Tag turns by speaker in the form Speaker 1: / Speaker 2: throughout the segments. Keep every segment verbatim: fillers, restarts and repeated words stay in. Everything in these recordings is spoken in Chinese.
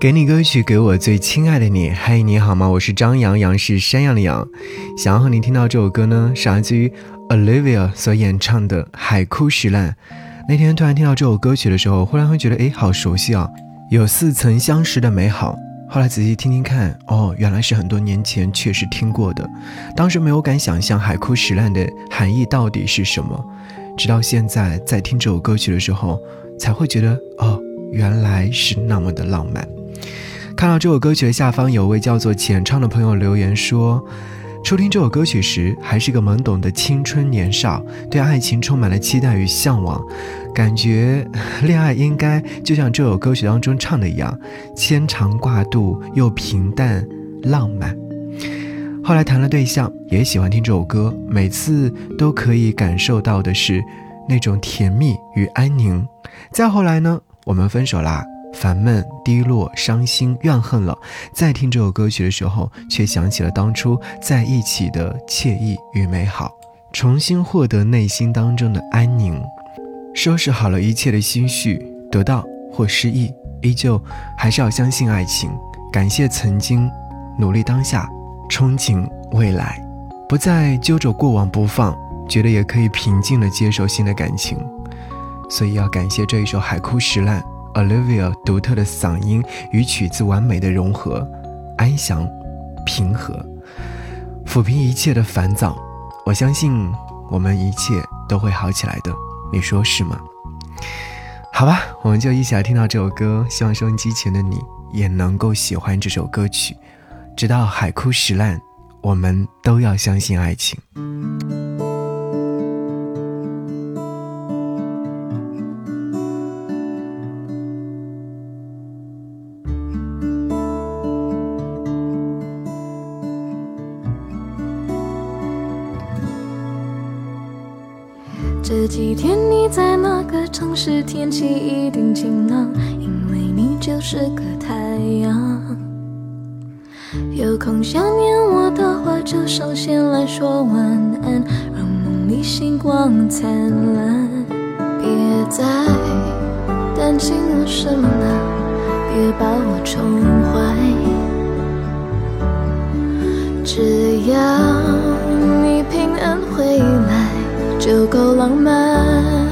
Speaker 1: 给你歌曲，给我最亲爱的你。嗨，你好吗？我是张扬，杨是山羊的羊。想要和你听到这首歌呢，是来自于 Olivia 所演唱的《海枯石烂》。那天突然听到这首歌曲的时候，忽然会觉得诶，好熟悉啊，有似曾相识的美好。后来仔细听听看，哦，原来是很多年前确实听过的。当时没有敢想象海枯石烂的含义到底是什么，直到现在在听这首歌曲的时候，才会觉得哦，原来是那么的浪漫。看到这首歌曲的下方有位叫做浅唱的朋友留言说，初听这首歌曲时还是个懵懂的青春年少，对爱情充满了期待与向往，感觉恋爱应该就像这首歌曲当中唱的一样，牵肠挂肚又平淡浪漫。后来谈了对象，也喜欢听这首歌，每次都可以感受到的是那种甜蜜与安宁。再后来呢，我们分手啦，烦闷、低落、伤心、怨恨了，在听这首歌曲的时候，却想起了当初在一起的惬意与美好，重新获得内心当中的安宁。收拾好了一切的心绪，得到或失意，依旧还是要相信爱情，感谢曾经，努力当下，憧憬未来，不再揪着过往不放，觉得也可以平静地接受新的感情。所以要感谢这一首《海枯石烂》Olivia 独特的嗓音与曲子完美的融合，安详平和，抚平一切的烦躁。我相信我们一切都会好起来的，你说是吗？好吧，我们就一起来听到这首歌，希望收音机前的你也能够喜欢这首歌曲。直到海枯石烂，我们都要相信爱情。
Speaker 2: 这几天你在那个城市，天气一定晴朗，因为你就是个太阳。有空想念我的话，就上线来说晚安，让梦里星光灿烂。别再担心我什么了，别把我宠坏，只要你平安回来就够浪漫。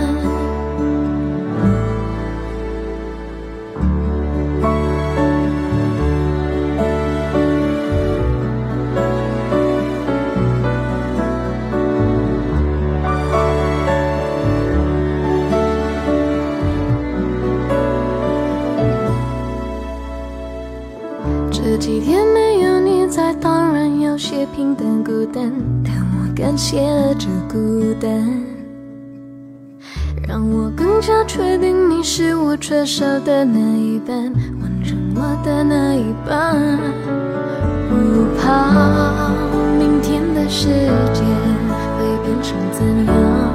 Speaker 2: 这几天没有你在，当然有些平淡孤单，但我感谢这孤单，让我更加确定你是我缺少的那一半，完成我的那一半。不怕明天的世界会变成怎样，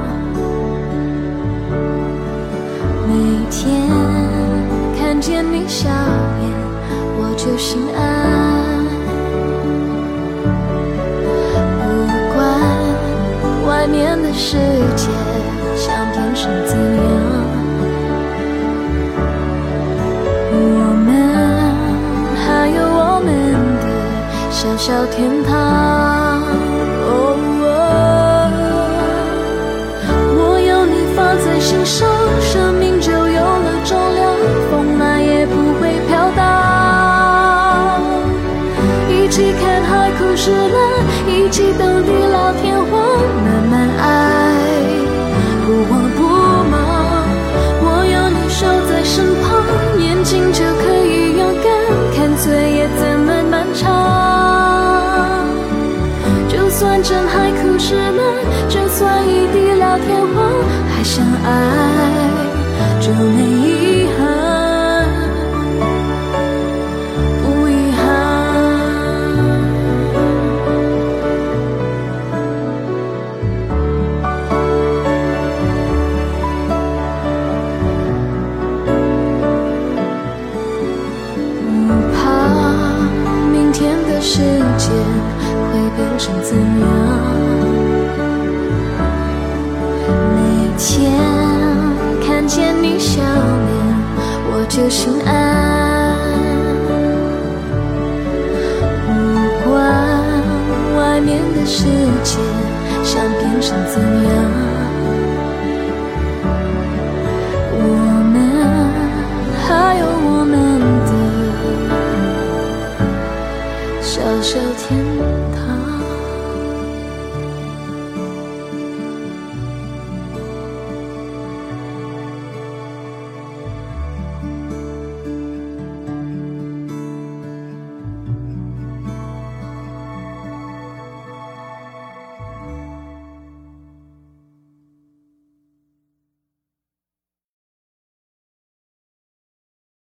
Speaker 2: 每天看见你笑脸我就心安，不管外面的世界想变成怎样，我们还有我们的小小天堂。哦哦，我有你放在心上，生命就有了重量，风来也不会飘荡。一起看海枯石烂，一起等地老天荒，慢慢爱，不慌不忙。我有你守在身旁，眼睛就可以勇敢看岁月怎么漫长。就算真海枯石烂，就算一地老天荒，还相爱就没遗憾，不遗憾。不怕明天的世界会变成怎样，每天看见你笑脸我就心安。